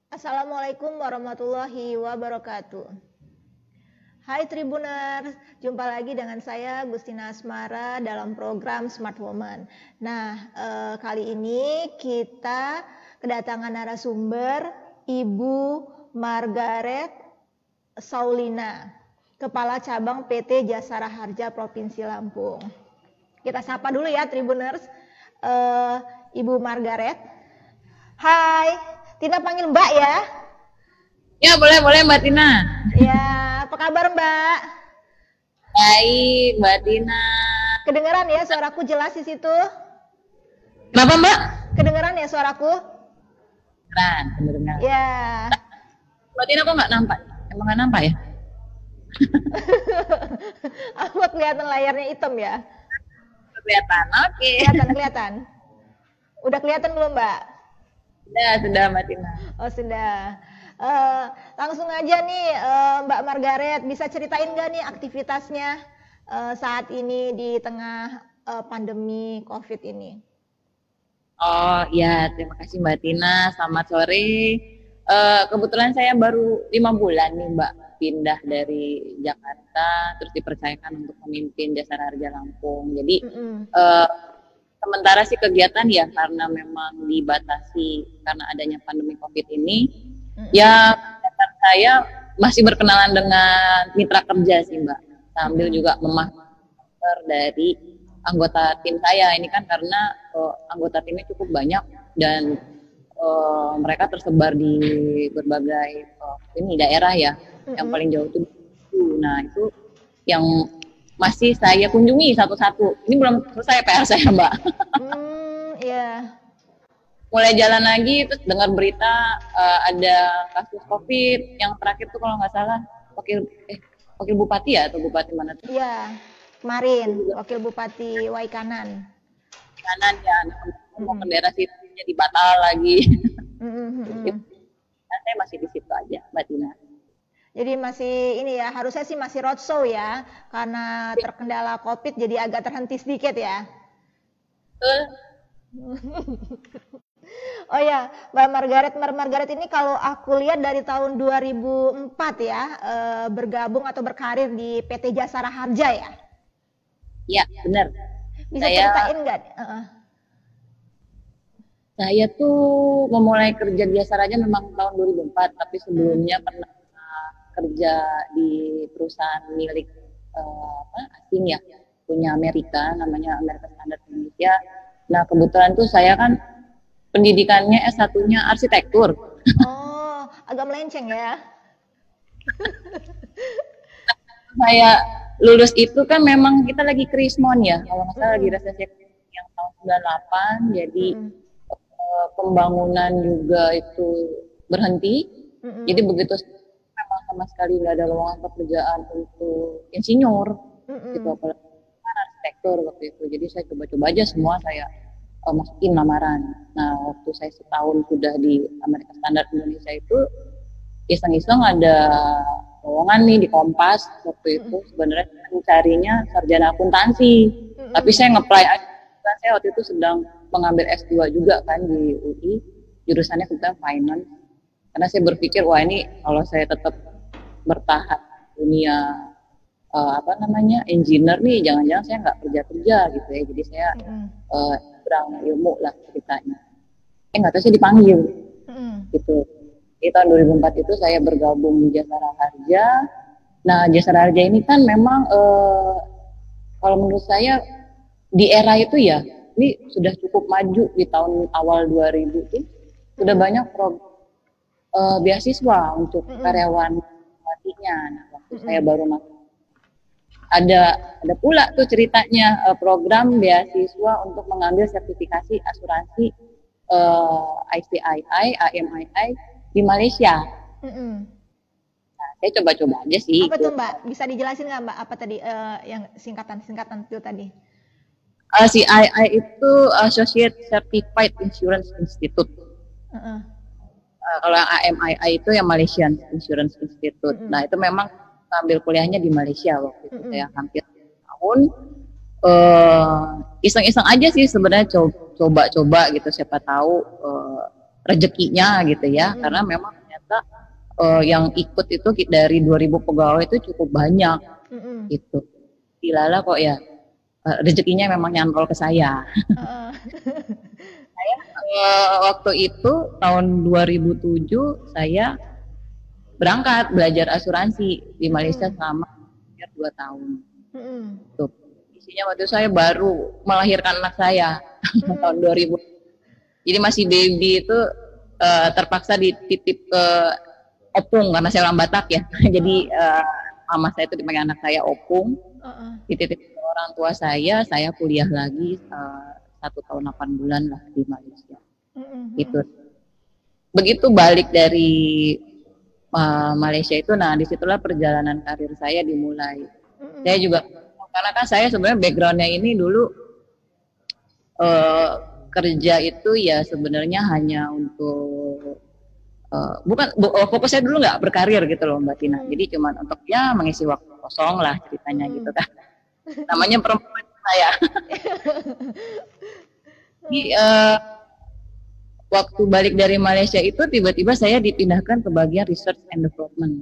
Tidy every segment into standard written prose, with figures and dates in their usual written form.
Assalamualaikum warahmatullahi wabarakatuh. Hai Tribuners, jumpa lagi dengan saya Gustina Asmara dalam program Smart Woman. Nah, kali ini kita kedatangan narasumber Ibu Margaret Saulina, Kepala Cabang PT Jasara Harja Provinsi Lampung. Kita sapa dulu ya Tribuners, Ibu Margaret. Hai, Tina panggil Mbak ya. Ya, boleh Mbak Tina. Ya, apa kabar Mbak? Baik, Mbak Tina. Kedengeran ya suaraku jelas di situ? Kenapa Mbak? Kedengeran ya suaraku? Kedengeran. Ya. Mbak Tina kok nggak nampak? Emang nggak nampak ya? Aku kelihatan layarnya hitam ya? Kelihatan, oke. Kelihatan. Udah kelihatan belum Mbak? Sudah Mbak Tina. Oh sudah. Langsung aja nih Mbak Margaret, bisa ceritain nggak nih aktivitasnya saat ini di tengah pandemi COVID ini? Oh ya, terima kasih Mbak Tina. Selamat sore. Kebetulan saya baru 5 bulan nih Mbak pindah dari Jakarta, terus dipercayakan untuk memimpin Jasara Harja Lampung. Jadi sementara sih kegiatan ya karena memang dibatasi karena adanya pandemi COVID ini. Ya, saya masih berkenalan dengan mitra kerja sih Mbak, sambil juga memaster dari anggota tim saya. Ini kan karena anggota timnya cukup banyak dan mereka tersebar di berbagai daerah ya. Yang paling jauh itu. Nah itu yang masih saya kunjungi satu-satu. Ini belum selesai PR saya Mbak. Iya. Mulai jalan lagi, terus dengar berita ada kasus COVID yang terakhir tuh kalau nggak salah wakil bupati ya atau bupati mana tuh? Iya, kemarin wakil bupati Waikanan. Kanan ya, mau ke daerah situ jadi batal lagi. Nah, saya masih di situ aja, Mbak Tina. Jadi masih ini ya, harusnya sih masih roadshow ya, karena terkendala COVID jadi agak terhenti sedikit ya. Oh ya, Mbak Margaret ini kalau aku lihat dari tahun 2004 ya, bergabung atau berkarir di PT Jasara Harja ya? Iya, benar. Bisa ceritain nggak? Saya tuh memulai kerja di Jasara Harja memang tahun 2004, tapi sebelumnya pernah kerja di perusahaan milik asing ya, punya Amerika, namanya Amerika Standard Indonesia. Nah, kebetulan tuh saya kan pendidikannya S1-nya arsitektur. Oh, agak melenceng ya. Saya lulus itu kan memang kita lagi krismon ya, kalau nggak salah lagi resesi yang tahun 98, jadi pembangunan juga itu berhenti. Jadi begitu memang sama sekali nggak ada lowongan pekerjaan untuk insinyur, gitu apalagi arsitektur waktu itu. Jadi saya coba-coba aja semua saya masukin lamaran. Nah, waktu saya setahun sudah di Amerika Standard Indonesia itu iseng-iseng ada lowongan nih di Kompas waktu itu. Sebenarnya mencarinya sarjana akuntansi, tapi saya nge-apply aja. Saya waktu itu sedang mengambil S2 juga kan di UI, jurusannya kebetulan finance. Karena saya berpikir wah ini kalau saya tetap bertahan dunia engineer nih, jangan-jangan saya nggak kerja gitu ya. Jadi saya kurang ilmu lah ceritanya. Nggak tahu saya dipanggil gitu. Di tahun 2004 itu saya bergabung di Jasara Harja. Nah, Jasara Harja ini kan memang kalau menurut saya di era itu ya, ini sudah cukup maju di tahun awal 2000 itu sudah banyak beasiswa untuk karyawan matinya. Nah, waktu saya baru masuk ada pula tuh ceritanya program beasiswa untuk mengambil sertifikasi asuransi ICII, AMII di Malaysia. Nah, saya coba-coba aja sih. Apa tuh Mbak? Bisa dijelasin nggak Mbak? Apa tadi yang singkatan itu tadi? CII itu Associate Certified Insurance Institute. Kalau yang AMII itu yang Malaysian Insurance Institute. Nah, itu memang ambil kuliahnya di Malaysia waktu itu. Saya hampir tahun iseng-iseng aja sih sebenarnya coba-coba gitu, siapa tahu rezekinya gitu ya. Karena memang yang ikut itu dari 2.000 pegawai itu cukup banyak gitu. Dilala kok ya, rezekinya memang nyantol ke saya. Saya waktu itu tahun 2007 saya berangkat belajar asuransi di Malaysia selama 2 tahun. Tuh. Isinya waktu itu saya baru melahirkan anak saya tahun 2000. Jadi masih baby itu terpaksa dititip ke opung karena saya orang Batak ya. Jadi mama saya itu dipanggil anak saya opung. Dititip ke orang tua saya kuliah lagi 1 tahun 8 bulan lah di Malaysia. Gitu. Begitu balik dari Malaysia itu, nah disitulah perjalanan karir saya dimulai. Saya juga, karena kan saya sebenarnya backgroundnya ini dulu kerja itu ya sebenarnya hanya untuk fokusnya dulu nggak berkarir gitu loh Mbak Tina. Jadi cuma untuk ya mengisi waktu kosong lah ceritanya gitu kan. Namanya perempuan saya. Jadi waktu balik dari Malaysia itu tiba-tiba saya dipindahkan ke bagian research and development.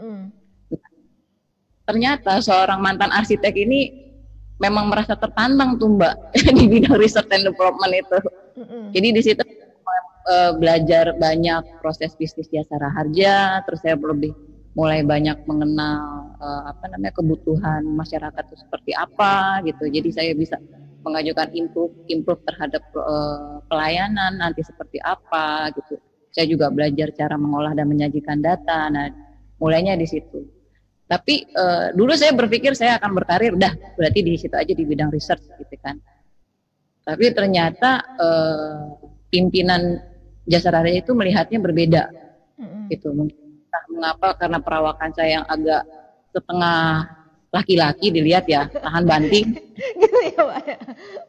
Ternyata seorang mantan arsitek ini memang merasa tertantang tuh Mbak di bidang research and development itu. Jadi di situ belajar banyak proses bisnis jasara harja, terus saya lebih mulai banyak mengenal kebutuhan masyarakat itu seperti apa gitu. Jadi saya bisa mengajukan improve terhadap pelayanan nanti seperti apa gitu. Saya juga belajar cara mengolah dan menyajikan data. Nah, mulainya di situ. Tapi dulu saya berpikir saya akan berkarir, udah berarti di situ aja di bidang research gitu kan. Tapi ternyata pimpinan jasara harja itu melihatnya berbeda. Gitu. Mungkin mengapa, karena perawakan saya yang agak setengah laki-laki dilihat ya, tahan banting. Gitu ya Pak ya.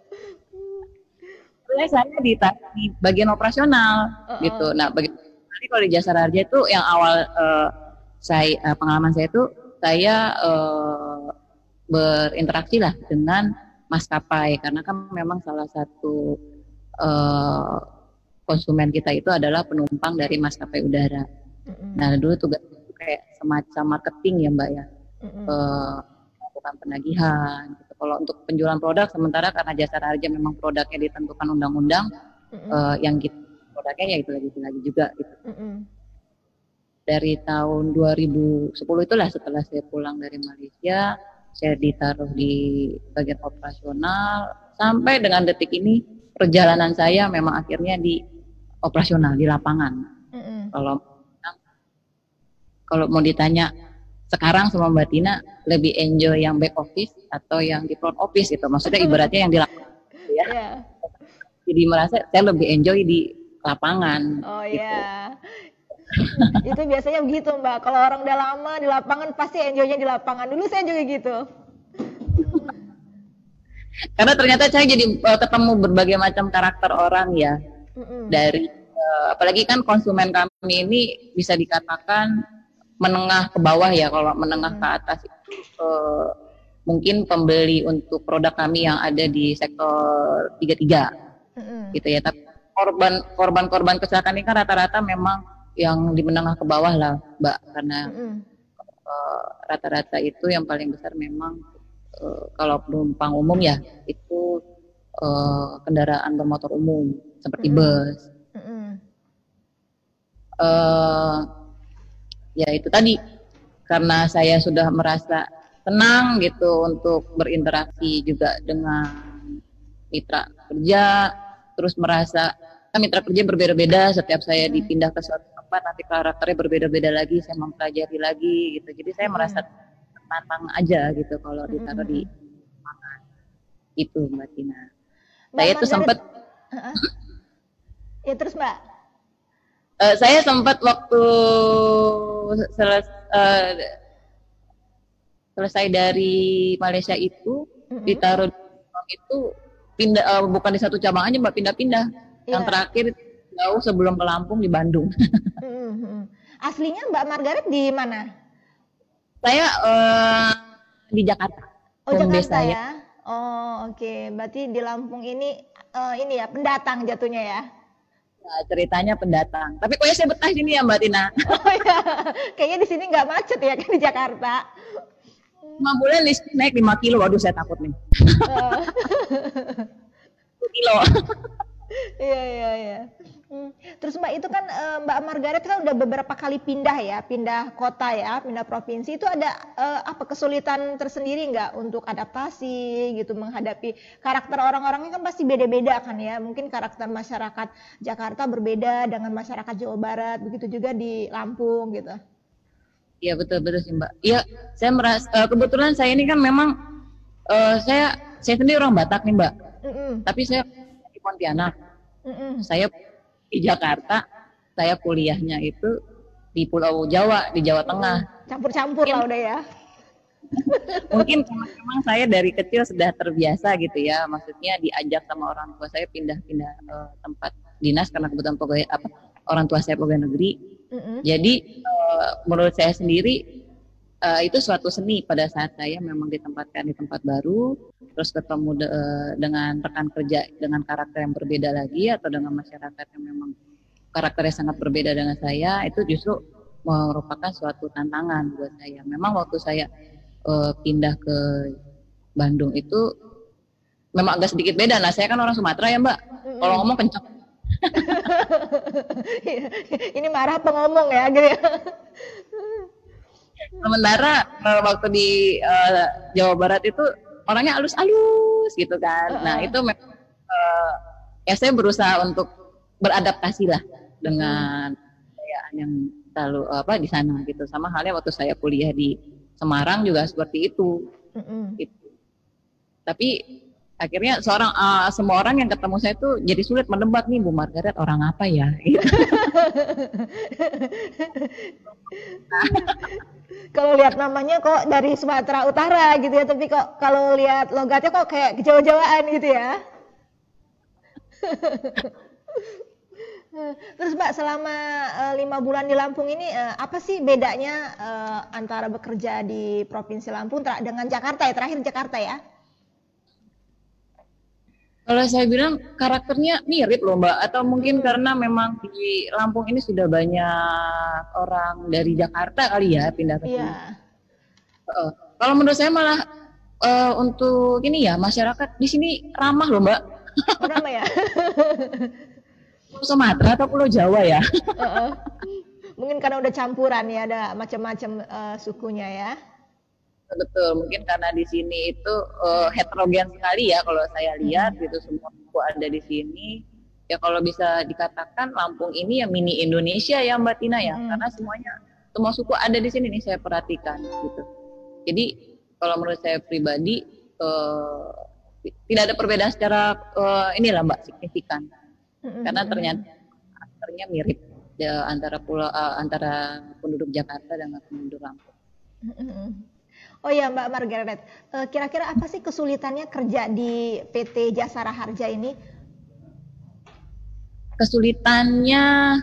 Saya di bagian operasional gitu. Nah, kalau di jasara harja itu yang awal pengalaman saya itu saya berinteraksi lah dengan maskapai, karena kan memang salah satu konsumen kita itu adalah penumpang dari maskapai udara. Nah, dulu tugas itu kayak semacam marketing ya Mbak ya. Melakukan penagihan gitu. Kalau untuk penjualan produk, sementara karena jasara harja memang produknya ditentukan undang-undang, yang kita produknya ya itu lagi juga gitu. Dari tahun 2010 itulah setelah saya pulang dari Malaysia, saya ditaruh di bagian operasional sampai dengan detik ini. Perjalanan saya memang akhirnya di operasional, di lapangan. Kalau mau ditanya sekarang sama Mbak Tina, lebih enjoy yang back office atau yang di front office gitu. Maksudnya ibaratnya yang di lapangan gitu ya. Jadi merasa saya lebih enjoy di lapangan. Gitu. Itu biasanya begitu Mbak. Kalau orang udah lama di lapangan pasti enjoynya di lapangan. Dulu saya juga gitu. Karena ternyata saya jadi ketemu berbagai macam karakter orang ya. Dari apalagi kan konsumen kami ini bisa dikatakan menengah ke bawah ya. Kalau menengah ke atas itu mungkin pembeli untuk produk kami yang ada di sektor 33 gitu ya. Tapi korban kecelakaan ini kan rata-rata memang yang di menengah ke bawah lah Mbak, karena rata-rata itu yang paling besar memang kalau penumpang umum ya itu kendaraan bermotor umum seperti bus. Ya itu tadi, karena saya sudah merasa tenang gitu untuk berinteraksi juga dengan mitra kerja, terus merasa kan mitra kerja berbeda-beda, setiap saya dipindah ke suatu tempat nanti karakternya berbeda-beda lagi, saya mempelajari lagi gitu. Jadi saya merasa tertantang aja gitu kalau ditaruh di lapangan. Itu Mbak Tina. Saya tuh sempat ya terus Mbak. Saya sempat waktu selesai dari Malaysia itu ditaruh itu pindah, bukan di satu cabang aja Mbak, pindah-pindah. Yang terakhir jauh sebelum ke Lampung di Bandung. Aslinya Mbak Margaret di mana? Saya di Jakarta. Oh Jakarta ya. Oh oke. Berarti di Lampung ini ya pendatang jatuhnya ya. ceritanya pendatang. Tapi kok saya betah sini ya Mbak Tina. Oh ya, kayaknya di sini nggak macet ya kan di Jakarta. 5 bulan listrik naik 5 kilo. Waduh saya takut nih. Eh, 10 kilo. Iya iya iya. Terus Mbak itu kan Mbak Margaret kan udah beberapa kali pindah ya, pindah kota ya, pindah provinsi. Itu ada apa kesulitan tersendiri nggak untuk adaptasi gitu menghadapi karakter orang-orangnya kan pasti beda-beda kan ya. Mungkin karakter masyarakat Jakarta berbeda dengan masyarakat Jawa Barat, begitu juga di Lampung gitu. Iya betul sih Mbak. Iya, saya merasa kebetulan saya ini kan memang saya sendiri orang Batak nih Mbak. Tapi saya di Pontianak. Saya di Jakarta, saya kuliahnya itu di Pulau Jawa, di Jawa Tengah. Campur-campur lah udah ya. Mungkin karena memang saya dari kecil sudah terbiasa gitu ya, maksudnya diajak sama orang tua saya pindah-pindah tempat dinas karena kebetulan pegawai orang tua saya pegawai negeri. Jadi menurut saya sendiri itu suatu seni pada saat saya memang ditempatkan di tempat baru, terus ketemu dengan rekan kerja dengan karakter yang berbeda lagi atau dengan masyarakat yang memang karakternya sangat berbeda dengan saya, itu justru merupakan suatu tantangan buat saya. Memang waktu saya pindah ke Bandung itu memang agak sedikit beda. Nah saya kan orang Sumatera ya Mbak, kalau ngomong kencang. Ini marah pengomong ya gitu ya. Sementara waktu di Jawa Barat itu orangnya halus-halus gitu kan. Nah itu ya saya berusaha untuk beradaptasi lah dengan kebudayaan yang selalu di sana gitu. Sama halnya waktu saya kuliah di Semarang juga seperti itu. Gitu. Tapi akhirnya semua orang yang ketemu saya tuh jadi sulit menebak nih Bu Margaret orang apa ya. Gitu. Kalau lihat namanya kok dari Sumatera Utara gitu ya, tapi kok kalau lihat logatnya kok kayak Jawa-Jawaan gitu ya. Terus Mbak selama 5 bulan di Lampung ini apa sih bedanya antara bekerja di Provinsi Lampung dengan Jakarta ya, terakhir Jakarta ya? Kalau saya bilang karakternya mirip loh Mbak, atau mungkin karena memang di Lampung ini sudah banyak orang dari Jakarta kali ya pindah ke sini. Iya. Kalau menurut saya malah untuk ini ya masyarakat di sini ramah loh Mbak. Ramah ya? Pulau Sumatera atau Pulau Jawa ya? Mungkin karena udah campuran ya, ada macam-macam sukunya ya. Betul, mungkin karena di sini itu heterogen sekali ya kalau saya lihat gitu, semua suku ada di sini. Ya kalau bisa dikatakan Lampung ini ya mini Indonesia ya Mbak Tina ya, karena semua suku ada di sini nih saya perhatikan gitu. Jadi kalau menurut saya pribadi tidak ada perbedaan secara inilah Mbak signifikan, karena ternyata karakternya mirip ya, antara penduduk Jakarta dengan penduduk Lampung. Oh ya Mbak Margaret, kira-kira apa sih kesulitannya kerja di PT Jasara Harja ini? Kesulitannya,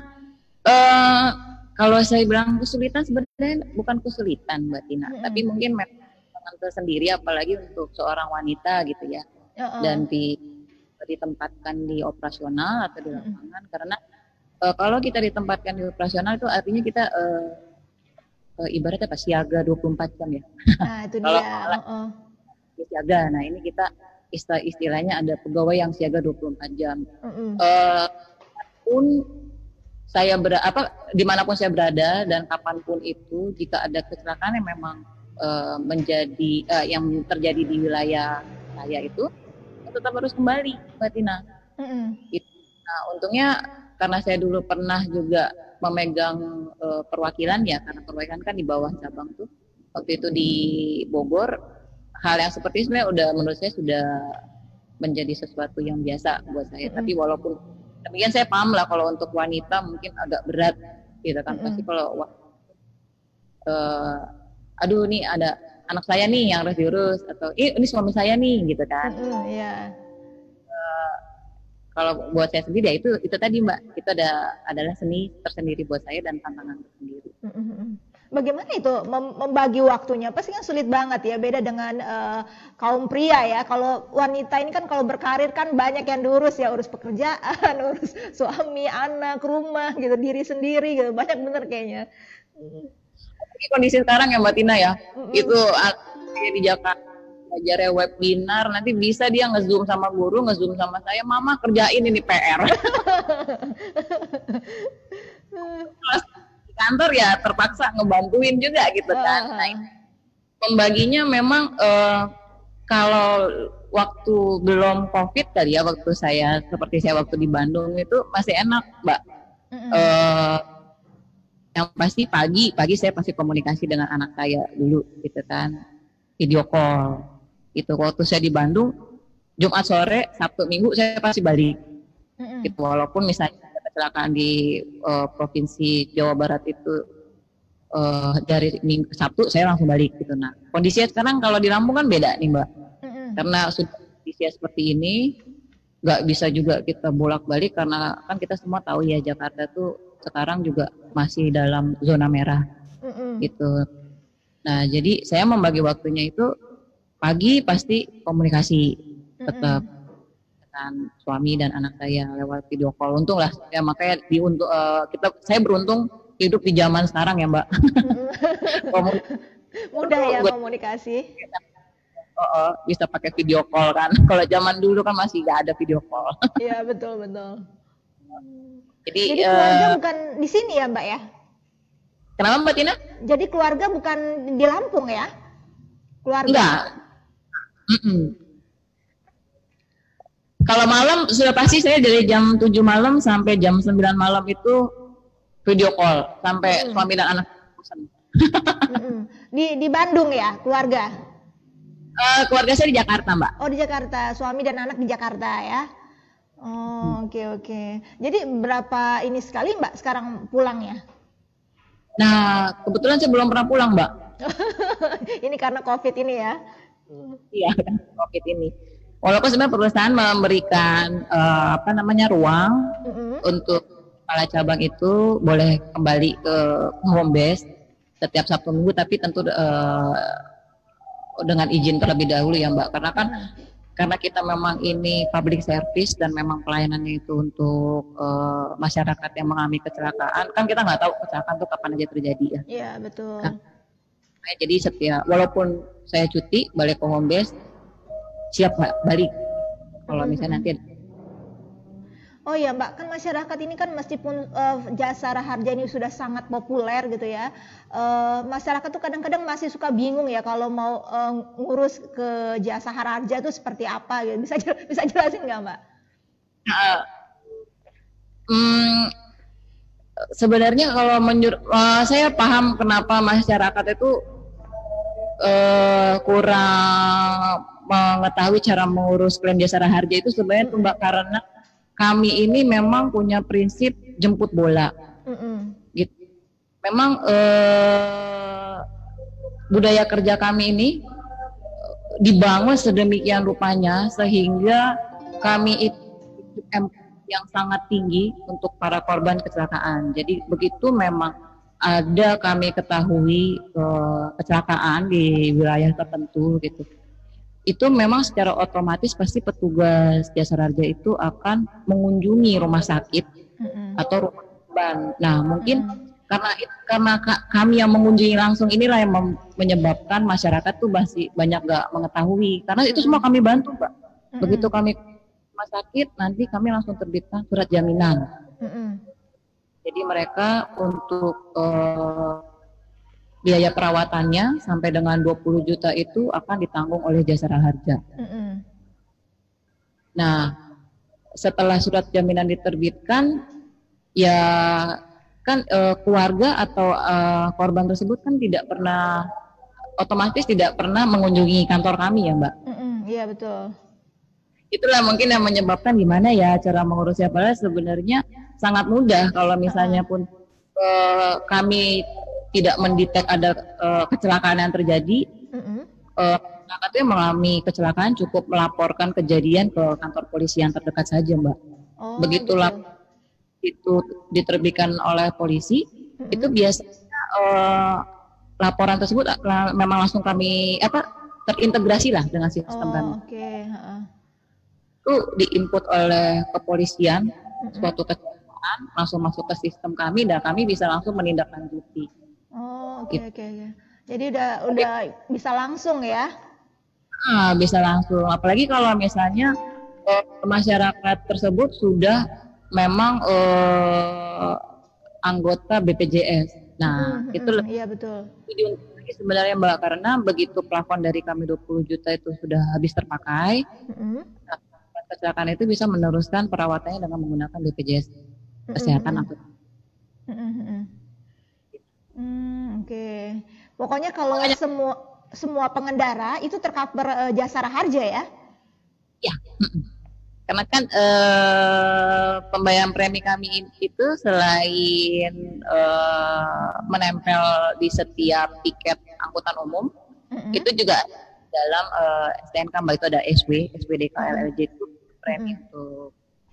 kalau saya bilang kesulitan sebenarnya bukan kesulitan Mbak Tina, tapi mungkin memang tersendiri apalagi untuk seorang wanita gitu ya, dan ditempatkan di operasional atau di lapangan, karena kalau kita ditempatkan di operasional itu artinya kita ibaratnya siaga 24 jam ya. Nah, itu dia. Siaga. Nah, ini kita istilahnya ada pegawai yang siaga 24 jam. Pun saya dimanapun saya berada dan kapanpun itu, jika ada kecelakaan yang memang yang terjadi di wilayah saya itu, tetap harus kembali, Mbak Tina. Nah, untungnya karena saya dulu pernah juga memegang perwakilan ya, karena perwakilan kan di bawah cabang tuh waktu itu di Bogor, hal yang seperti itu sebenarnya menurut saya sudah menjadi sesuatu yang biasa buat saya. Tapi walaupun demikian saya paham lah kalau untuk wanita mungkin agak berat gitu kan, pasti kalau aduh nih ada anak saya nih yang harus diurus, atau ini suami saya nih gitu kan. Kalau buat saya sendiri ya itu tadi Mbak, itu adalah seni tersendiri buat saya dan tantangan tersendiri. bagaimana itu membagi waktunya? Pasti kan sulit banget ya, beda dengan kaum pria ya. Kalau wanita ini kan kalau berkarir kan banyak yang diurus ya, urus pekerjaan, urus suami, anak, rumah gitu, diri sendiri gitu. Banyak bener kayaknya. Ini kondisi sekarang ya Mbak Tina ya, Mm-mm. itu di Jakarta belajarnya webinar, nanti bisa dia nge-zoom sama guru, nge-zoom sama saya, mama kerjain ini PR. Terus di kantor ya terpaksa ngebantuin juga gitu kan. Nah, pembaginya memang kalau waktu belum COVID kali ya, waktu saya seperti saya waktu di Bandung itu masih enak Mbak. Yang pasti pagi saya pasti komunikasi dengan anak saya dulu gitu kan, video call. Itu waktu saya di Bandung, Jumat sore, Sabtu Minggu saya pasti balik. Gitu, walaupun misalnya kecelakaan di provinsi Jawa Barat itu dari Minggu Sabtu saya langsung balik gitu. Nah, kondisinya sekarang kalau di Lampung kan beda nih Mbak. Karena sudah kondisinya seperti ini, nggak bisa juga kita bolak-balik karena kan kita semua tahu ya Jakarta tuh sekarang juga masih dalam zona merah gitu. Nah, jadi saya membagi waktunya itu pagi pasti komunikasi tetap dengan suami dan anak saya lewat video call. Untung lah ya, makanya saya beruntung hidup di zaman sekarang ya Mbak. Mudah ya komunikasi. Bisa pakai video call kan. Kalau zaman dulu kan masih nggak ada video call. Iya betul. Jadi keluarga bukan di sini ya Mbak ya? Kenapa Mbak Tina? Jadi keluarga bukan di Lampung ya? Keluarga? Enggak. Kalau malam sudah pasti saya dari jam 7 malam sampai jam 9 malam itu video call sampai suami dan anak bosan. Di Bandung ya keluarga? Keluarga saya di Jakarta Mbak. Oh di Jakarta, suami dan anak di Jakarta ya? Oh oke. Jadi berapa ini sekali Mbak sekarang pulangnya? Nah kebetulan saya belum pernah pulang Mbak. Ini karena COVID ini ya? Iya karena COVID ini. Walaupun sebenarnya perusahaan memberikan ruang untuk kepala cabang itu boleh kembali ke home base setiap Sabtu Minggu, tapi tentu dengan izin terlebih dahulu ya Mbak, karena kita memang ini public service dan memang pelayanannya itu untuk masyarakat yang mengalami kecelakaan, kan kita nggak tahu kecelakaan itu kapan aja terjadi ya. Iya betul. Nah, jadi walaupun saya cuti balik ke home base, siap balik kalau misalnya nanti. Oh ya Mbak, kan masyarakat ini kan meskipun jasa raharja ini sudah sangat populer gitu ya, masyarakat tuh kadang-kadang masih suka bingung ya kalau mau ngurus ke jasa raharja itu seperti apa gitu. Bisa jelasin nggak Mbak? Sebenarnya kalau saya paham kenapa masyarakat itu kurang mengetahui cara mengurus klaim jasa raharja itu sebenarnya tuh Mbak, karena kami ini memang punya prinsip jemput bola, gitu. Memang budaya kerja kami ini dibangun sedemikian rupanya sehingga kami itu yang sangat tinggi untuk para korban kecelakaan. Jadi begitu memang ada kami ketahui kecelakaan di wilayah tertentu gitu, itu memang secara otomatis pasti petugas jasa raharja itu akan mengunjungi rumah sakit atau rumah korban. Nah mungkin karena kami yang mengunjungi langsung inilah yang menyebabkan masyarakat tuh masih banyak gak mengetahui, karena itu semua kami bantu Mbak. Begitu kami rumah sakit nanti kami langsung terbitkan surat jaminan. Jadi mereka untuk biaya perawatannya sampai dengan 20 juta itu akan ditanggung oleh jasa raharja. Nah, setelah surat jaminan diterbitkan, ya kan keluarga atau korban tersebut kan otomatis tidak pernah mengunjungi kantor kami ya Mbak. Iya betul. Itulah mungkin yang menyebabkan gimana ya cara mengurusnya, padahal sebenarnya sangat mudah kalau misalnya pun kami tidak mendetek ada kecelakaan yang terjadi, masyarakat yang mengalami kecelakaan cukup melaporkan kejadian ke kantor polisi yang terdekat saja Mbak. Begitulah itu diterbitkan oleh polisi, itu biasanya laporan tersebut memang langsung kami terintegrasi lah dengan sistem kami. Oke. Itu diinput oleh kepolisian suatu kecelakaan langsung masuk ke sistem kami dan kami bisa langsung menindaklanjuti. Oke. Jadi udah bisa langsung ya? Bisa langsung. Apalagi kalau misalnya masyarakat tersebut sudah memang anggota BPJS. Nah, itu iya betul. Diuntungkan sebenarnya Mbak, karena begitu plafon dari kami 20 juta itu sudah habis terpakai, kecelakaan itu bisa meneruskan perawatannya dengan menggunakan BPJS kesehatan atau Oke. Pokoknya kalau semua pengendara itu tercover Jasara Harja ya? Ya. Karena kan pembayaran premi kami itu selain menempel di setiap tiket angkutan umum, itu juga dalam STNK Mbak, itu ada SWDK LLJ itu premi untuk.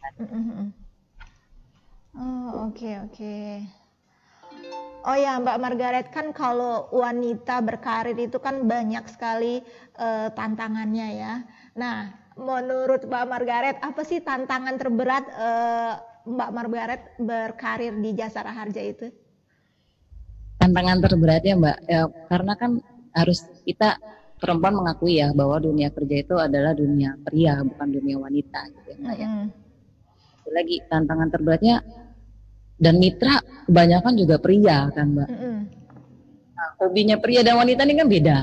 Oke. Oh ya Mbak Margaret, kan kalau wanita berkarir itu kan banyak sekali tantangannya ya. Nah, menurut Mbak Margaret, apa sih tantangan terberat Mbak Margaret berkarir di Jasara Harja itu? Tantangan terberatnya Mbak, karena kan harus kita perempuan mengakui ya bahwa dunia kerja itu adalah dunia pria, bukan dunia wanita gitu ya. Lagi tantangan terberatnya, dan mitra kebanyakan juga pria kan Mbak. Nah, hobinya pria dan wanita ini kan beda.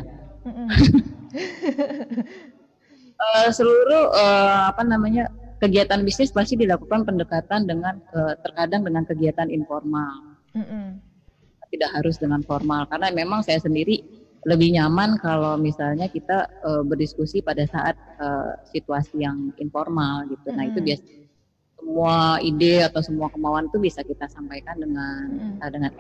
Seluruh kegiatan bisnis pasti dilakukan pendekatan dengan terkadang dengan kegiatan informal. Tidak harus dengan formal, karena memang saya sendiri lebih nyaman kalau misalnya kita berdiskusi pada saat situasi yang informal gitu. Nah, itu biasanya semua ide atau semua kemauan itu bisa kita sampaikan dengan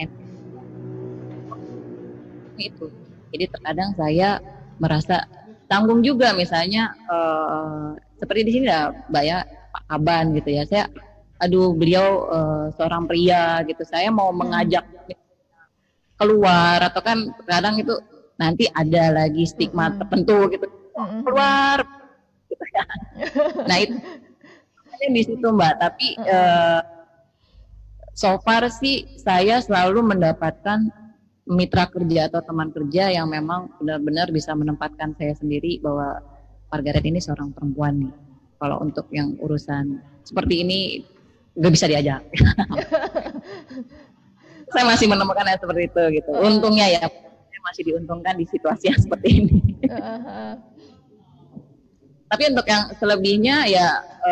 itu. Jadi terkadang saya merasa tanggung juga, misalnya seperti di sini ya Mbak ya, Pak Kaban gitu ya, saya beliau seorang pria gitu, saya mau mengajak keluar, atau kan kadang itu nanti ada lagi stigma tertentu gitu, keluar gitu ya. Nah, itu di situ Mbak, tapi so far sih saya selalu mendapatkan mitra kerja atau teman kerja yang memang benar-benar bisa menempatkan saya sendiri bahwa Margaret ini seorang perempuan nih. Kalau untuk yang urusan seperti ini nggak bisa diajak. Saya masih menemukan yang seperti itu gitu. Untungnya ya, saya masih diuntungkan di situasi yang seperti ini. Tapi untuk yang selebihnya ya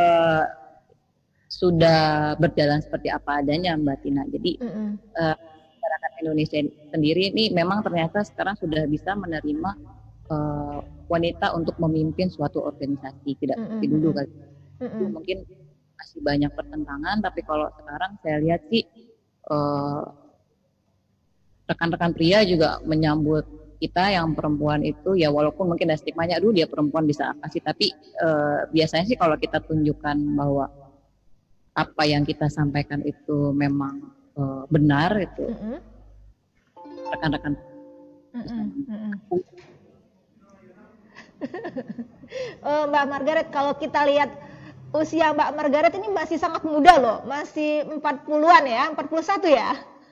sudah berjalan seperti apa adanya Mbak Tina. Jadi masyarakat Indonesia sendiri ini memang ternyata sekarang sudah bisa menerima wanita untuk memimpin suatu organisasi, tidak seperti dulu kan. Mungkin masih banyak pertentangan, tapi kalau sekarang saya lihat sih rekan-rekan pria juga menyambut kita yang perempuan itu, ya walaupun mungkin ada stigmanya, dia perempuan bisa apa sih, tapi biasanya sih kalau kita tunjukkan bahwa apa yang kita sampaikan itu memang benar, itu rekan-rekan Mbak Margaret, kalau kita lihat usia Mbak Margaret ini masih sangat muda loh, masih 40-an ya, 41 ya?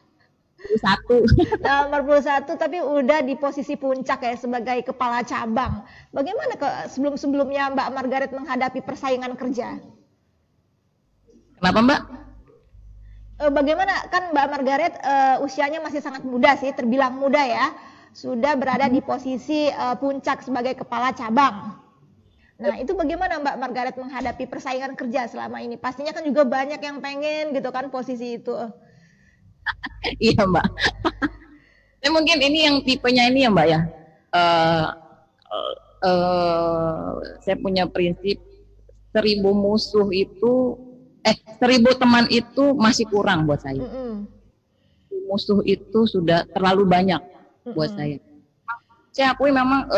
41, tapi udah di posisi puncak ya sebagai kepala cabang. Bagaimana sebelum-sebelumnya Mbak Margaret menghadapi persaingan kerja? Kenapa Mbak? Bagaimana, kan Mbak Margaret usianya masih sangat muda sih, terbilang muda ya, sudah berada di posisi puncak sebagai kepala cabang. Nah, itu bagaimana Mbak Margaret menghadapi persaingan kerja selama ini? Pastinya kan juga banyak yang pengen gitu kan posisi itu. Iya Mbak. Mungkin ini yang tipenya ini ya Mbak ya. Saya punya prinsip 1000 musuh itu 1000 teman itu masih kurang buat saya. Musuh itu sudah terlalu banyak buat saya. Saya akui memang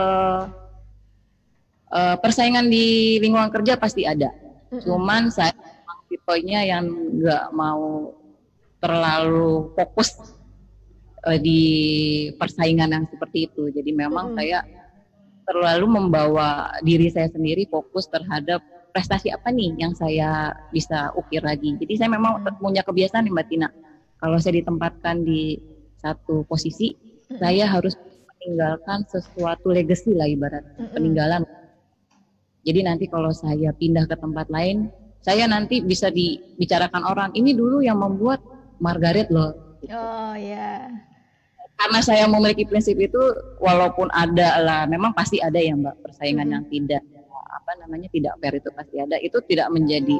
persaingan di lingkungan kerja pasti ada. Cuman saya tipenya yang nggak mau terlalu fokus di persaingan yang seperti itu. Jadi memang saya terlalu membawa diri saya sendiri fokus terhadap prestasi apa nih yang saya bisa ukir lagi. Jadi saya memang punya kebiasaan nih Mbak Tina. Kalau saya ditempatkan di satu posisi, saya harus meninggalkan sesuatu legacy lah ibarat peninggalan. Jadi nanti kalau saya pindah ke tempat lain, saya nanti bisa dibicarakan orang, ini dulu yang membuat Margaret loh. Oh ya. Karena saya memiliki prinsip itu, walaupun ada lah, memang pasti ada ya Mbak persaingan yang tidak tidak fair itu pasti ada. Itu tidak menjadi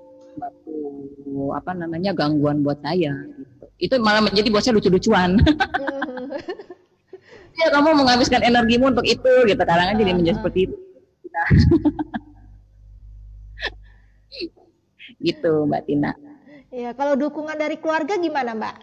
gangguan buat saya. Gitu. Itu malah menjadi buat saya lucu-lucuan. Ya kamu menghabiskan energimu untuk itu, gitu. Kadang-kadang jadi menjadi seperti itu. Gitu Mbak Tina. Ya, kalau dukungan dari keluarga gimana Mbak?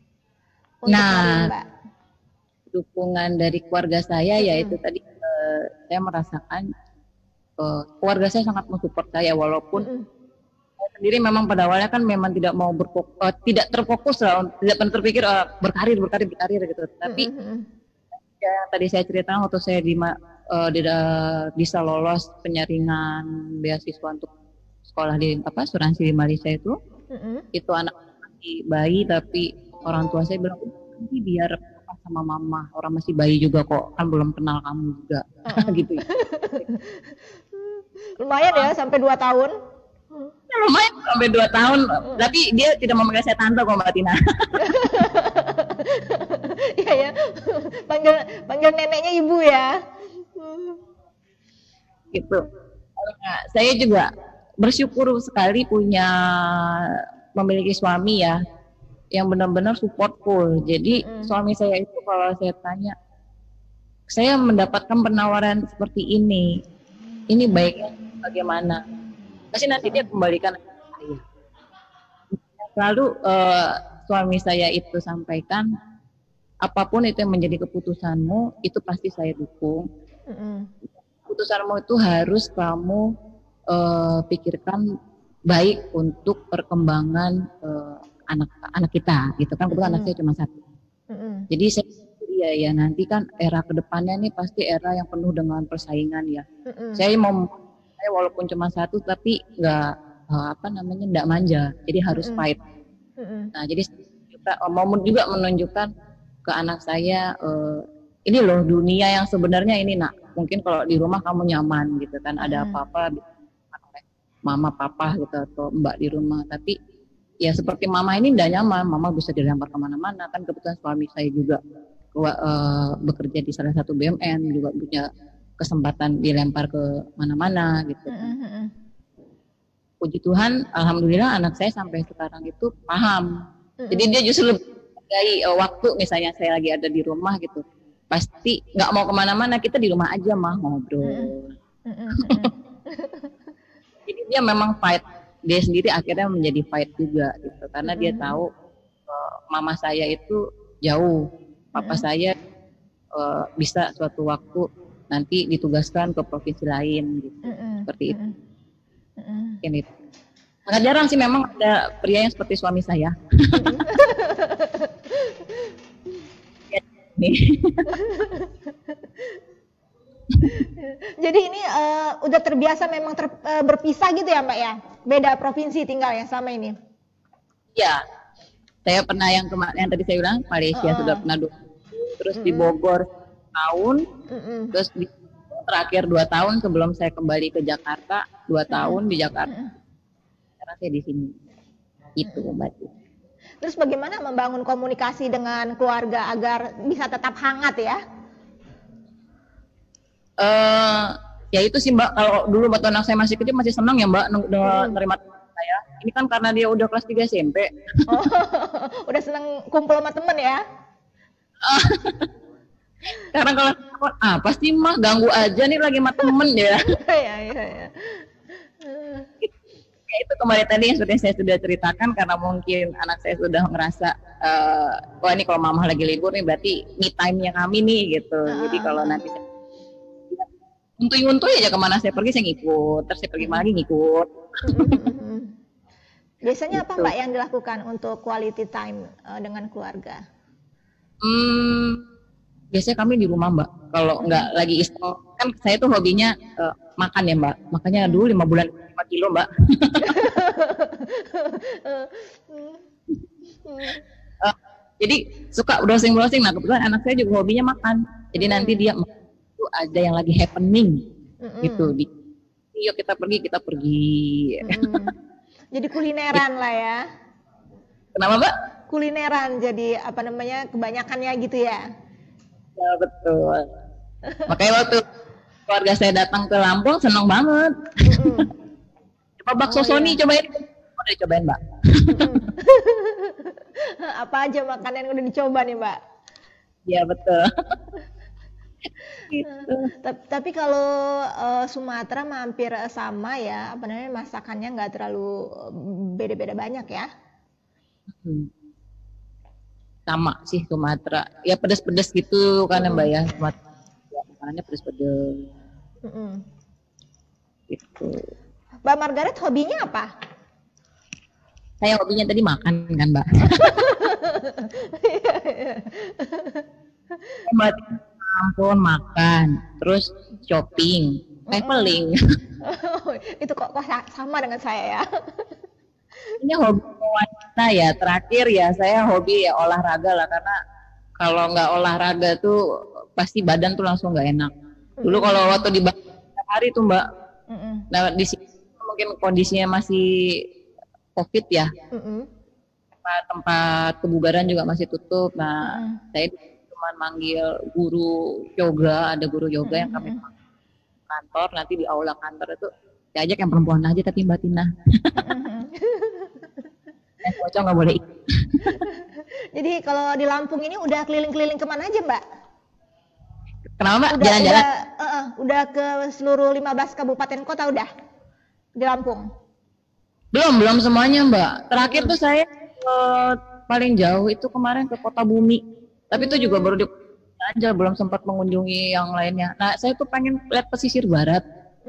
Mbak? Dukungan dari keluarga saya yaitu tadi saya merasakan keluarga saya sangat mensupport saya walaupun saya sendiri memang pada awalnya kan memang tidak mau tidak terfokus lah, tidak pernah terpikir berkarir gitu. Tapi ya, tadi saya ceritakan waktu saya bisa lolos penyaringan beasiswa untuk sekolah di asuransi di Malaysia itu anak masih bayi tapi orang tua saya bilang nanti biar sama mama, orang masih bayi juga kok, kan belum kenal kamu juga. Gitu ya. Lumayan ya sampai 2 tahun. Ya, lumayan sampai 2 tahun, tapi dia tidak memanggil saya tante kok Mbak Tina. Iya ya, panggil neneknya ibu ya. Gitu. Nah, saya juga bersyukur sekali memiliki suami ya yang benar-benar supportful. Jadi suami saya itu kalau saya tanya, saya mendapatkan penawaran seperti ini baiknya bagaimana? Pasti nanti dia kembalikan ke saya. Lalu suami saya itu sampaikan, apapun itu yang menjadi keputusanmu, itu pasti saya dukung. Keputusanmu itu harus kamu pikirkan baik untuk perkembangan anak kita gitu kan, kebetulan anak saya cuma 1. Jadi saya ya nanti kan era kedepannya nih pasti era yang penuh dengan persaingan ya. Saya walaupun cuma 1 tapi nggak nggak manja, jadi harus fight. Nah jadi mau juga menunjukkan ke anak saya ini loh dunia yang sebenarnya ini nak, mungkin kalau di rumah kamu nyaman gitu kan, ada apa-apa mama papa gitu atau mbak di rumah, tapi ya seperti mama ini tidak nyaman, mama bisa dilempar kemana-mana kan. Kebetulan suami saya juga bekerja di salah satu BUMN, juga punya kesempatan dilempar ke mana-mana gitu. Puji Tuhan, alhamdulillah anak saya sampai sekarang itu paham. Jadi dia justru lebih menghargai waktu, misalnya saya lagi ada di rumah gitu, pasti nggak mau kemana-mana, kita di rumah aja mah ngobrol. Jadi dia memang fight. Dia sendiri akhirnya menjadi fight juga gitu, karena dia tahu mama saya itu jauh, papa saya bisa suatu waktu nanti ditugaskan ke provinsi lain gitu, seperti itu. Itu sangat jarang sih memang ada pria yang seperti suami saya. Jadi ini udah terbiasa memang berpisah gitu ya Mbak ya? Beda provinsi tinggal ya sama ini? Ya, saya pernah yang tadi saya bilang Malaysia sudah pernah 2, terus di Bogor tahun, terus terakhir 2 tahun sebelum saya kembali ke Jakarta, 2 tahun di Jakarta. Sekarang saya di sini. Itu Mbak. Terus bagaimana membangun komunikasi dengan keluarga agar bisa tetap hangat ya? Ya itu sih Mbak, kalau dulu waktu anak saya masih kecil masih senang ya Mbak nerima saya. Ini kan karena dia udah kelas 3 SMP. Oh, udah senang kumpul sama temen ya? Karena kalau pasti mah ganggu aja nih lagi sama temen ya. Iya. Ya itu kemarin tadi yang seperti saya sudah ceritakan, karena mungkin anak saya sudah ngerasa wah ini kalau mama lagi libur nih berarti me time-nya kami nih gitu. Jadi kalau nanti untuy aja kemana saya pergi saya ngikut, terus saya pergi lagi ngikut. Biasanya apa Mbak yang dilakukan untuk quality time dengan keluarga? Hmm, biasanya kami di rumah Mbak. Kalau nggak lagi iseng, kan saya tuh hobinya makan ya Mbak. Makanya Hmm. dulu 5 bulan 5 kilo Mbak. Eh, jadi suka browsing-browsing. Nah kebetulan anak saya juga hobinya makan. Jadi nanti dia itu ada yang lagi happening gitu. Yuk kita pergi, kita pergi. Jadi kulineran lah ya. Kenapa Mbak? Kulineran jadi apa namanya kebanyakannya gitu ya. Ya betul. Makanya waktu keluarga saya datang ke Lampung senang banget. Coba bakso Sony cobain. Udah cobain Mbak. Apa aja makanan yang udah dicoba nih Mbak? Iya betul. Gitu. Tapi kalau Sumatera hampir sama ya, apa namanya masakannya nggak terlalu beda-beda banyak ya. Sama sih Sumatera. Ya pedas-pedas gitu kan Mbak ya. Sumatera ya, makanannya pedas-pedas. Gitu. Mbak Margaret hobinya apa? Saya hobinya tadi makan kan Mbak. Mbak ampun makan, terus shopping, traveling. Itu kok sama dengan saya ya. Ini hobi wanita ya. Terakhir ya saya hobi ya olahraga lah, karena kalau nggak olahraga tuh pasti badan tuh langsung nggak enak. Dulu kalau waktu di setiap hari tuh Mbak, nah di sini mungkin kondisinya masih COVID ya, tempat kebugaran juga masih tutup. Nah saya cuma manggil guru yoga, ada guru yoga yang kami kantor, nanti di aula kantor itu diajak yang perempuan aja tapi Mbak Tina. Yang cowok nggak boleh ikut. Jadi kalau di Lampung ini udah keliling-keliling kemana aja Mbak? Kenapa Mbak? Jalan-jalan? Udah ke seluruh 15 kabupaten kota udah di Lampung? Belum semuanya Mbak. Terakhir tuh saya paling jauh itu kemarin ke Kota Bumi. Tapi itu juga baru di aja, belum sempat mengunjungi yang lainnya. Nah saya tuh pengen lihat pesisir barat.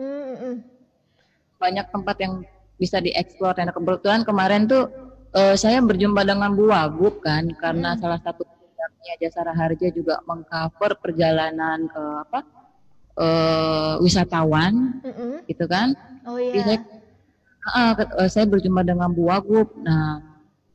Banyak tempat yang bisa dieksplor. Dan kebetulan kemarin tuh saya berjumpa dengan Bu Wagub kan, karena salah satu programnya Jasara Harja juga mengcover perjalanan ke wisatawan, gitu kan. Oh iya. Saya berjumpa dengan Bu Wagub. Nah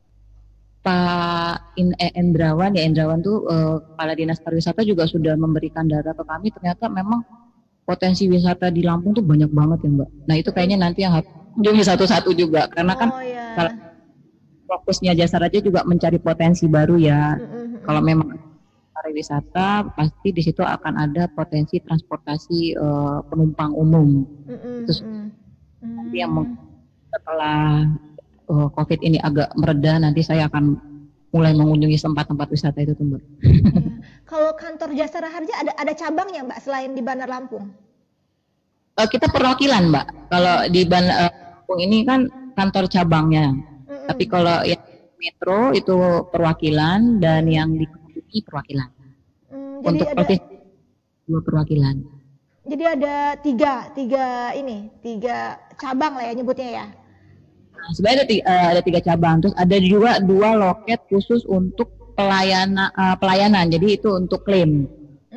Pak Endrawan tuh Kepala Dinas Pariwisata juga sudah memberikan data ke kami. Ternyata memang potensi wisata di Lampung tuh banyak banget ya Mbak. Nah itu kayaknya nanti yang harus kunjungi satu-satu juga, karena kan fokusnya Jasara Harja juga mencari potensi baru ya. Kalau memang pariwisata pasti di situ akan ada potensi transportasi penumpang umum. Terus nanti yang setelah COVID ini agak mereda, nanti saya akan mulai mengunjungi tempat-tempat wisata itu tuh Mbak. Kalau kantor Jasara Harja ada cabangnya Mbak selain di Bandar Lampung? Kita perwakilan Mbak. Kalau di Bandar Lampung ini kan kantor cabangnya. Tapi kalau yang metro itu perwakilan, dan yang di Kediri perwakilan. Untuk dua perwakilan. Jadi ada tiga cabang lah ya nyebutnya ya. Nah, sebenarnya ada 3 cabang, terus ada juga 2 loket khusus untuk pelayanan. Jadi itu untuk klaim.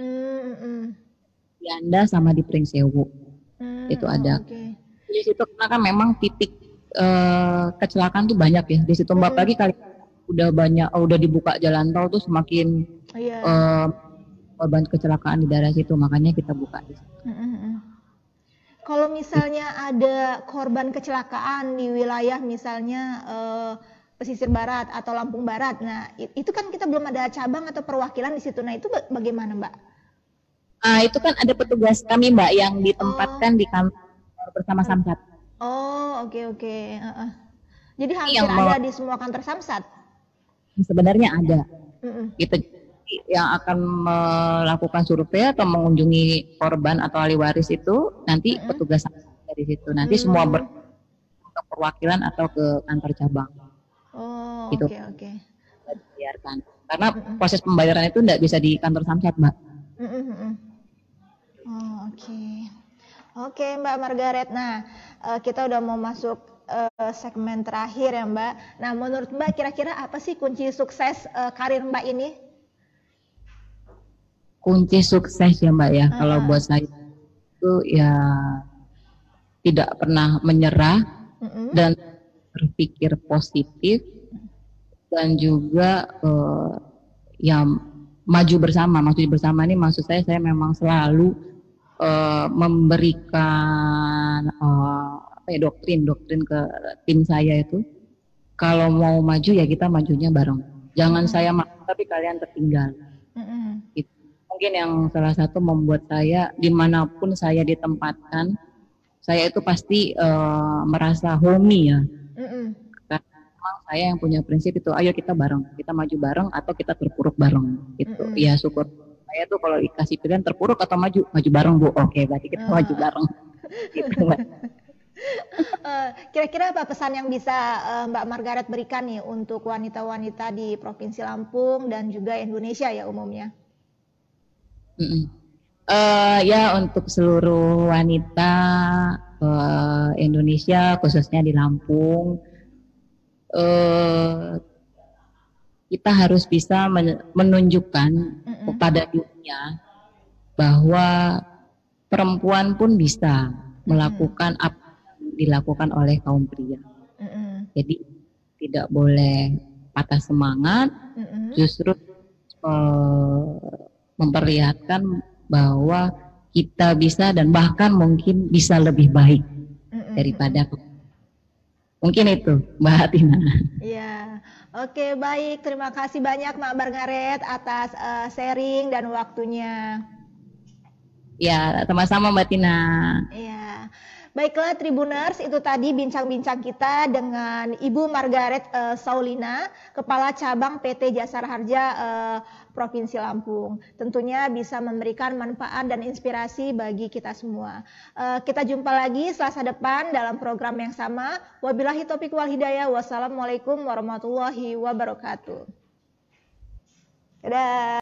Di Anda sama di Pringsewu. Itu ada. Di situ karena kan memang titik kecelakaan tuh banyak ya. Di situ Mbak, pagi kali udah dibuka jalan tol tuh semakin korban kecelakaan di daerah situ, makanya kita buka di situ. Kalau misalnya ada korban kecelakaan di wilayah misalnya pesisir barat atau Lampung Barat, nah itu kan kita belum ada cabang atau perwakilan di situ. Nah itu bagaimana Mbak? Itu kan ada petugas kami Mbak yang ditempatkan di kantor bersama Samsat. Oh oke. Jadi hampir ada di semua kantor Samsat? Sebenarnya ada. Kita yang akan melakukan survei atau mengunjungi korban atau ahli waris itu nanti petugas dari situ. Nanti semua ke perwakilan atau ke kantor cabang. Oh gitu. Oke. Biarkan. Karena proses pembayaran itu tidak bisa di kantor Samsat Mbak. Oke Mbak Margaret. Nah kita udah mau masuk segmen terakhir ya Mbak. Nah menurut Mbak kira-kira apa sih kunci sukses karir Mbak ini? kunci sukses ya Mbak ya. Kalau buat saya itu ya tidak pernah menyerah dan berpikir positif dan juga ya maju bersama. Maju bersama ini maksud saya memang selalu memberikan doktrin ke tim saya itu, kalau mau maju ya kita majunya bareng. Jangan saya maju tapi kalian tertinggal. Itu mungkin yang salah satu membuat saya dimanapun saya ditempatkan, saya itu pasti merasa homey ya. Karena memang saya yang punya prinsip itu, ayo kita bareng, kita maju bareng atau kita terpuruk bareng. Gitu. Ya syukur saya tuh kalau dikasih pilihan terpuruk atau maju bareng Bu. Oke, berarti kita maju bareng. Gitu Mbak. Kira-kira apa pesan yang bisa Mbak Margaret berikan nih untuk wanita-wanita di Provinsi Lampung dan juga Indonesia ya umumnya? Ya untuk seluruh wanita Indonesia khususnya di Lampung, kita harus bisa menunjukkan kepada dunia bahwa perempuan pun bisa melakukan apa yang dilakukan oleh kaum pria. Jadi tidak boleh patah semangat, justru memperlihatkan bahwa kita bisa dan bahkan mungkin bisa lebih baik daripada mungkin itu Mbak Tina. Iya, oke baik. Terima kasih banyak Mbak Margaret atas sharing dan waktunya. Ya, sama-sama Mbak Tina. Iya. Baiklah Tribuners, itu tadi bincang-bincang kita dengan Ibu Margaret Saulina, Kepala Cabang PT Jasara Harja Provinsi Lampung. Tentunya bisa memberikan manfaat dan inspirasi bagi kita semua. Kita jumpa lagi Selasa depan dalam program yang sama. Wabillahi taufiq wal hidayah. Wassalamualaikum warahmatullahi wabarakatuh. Dadah.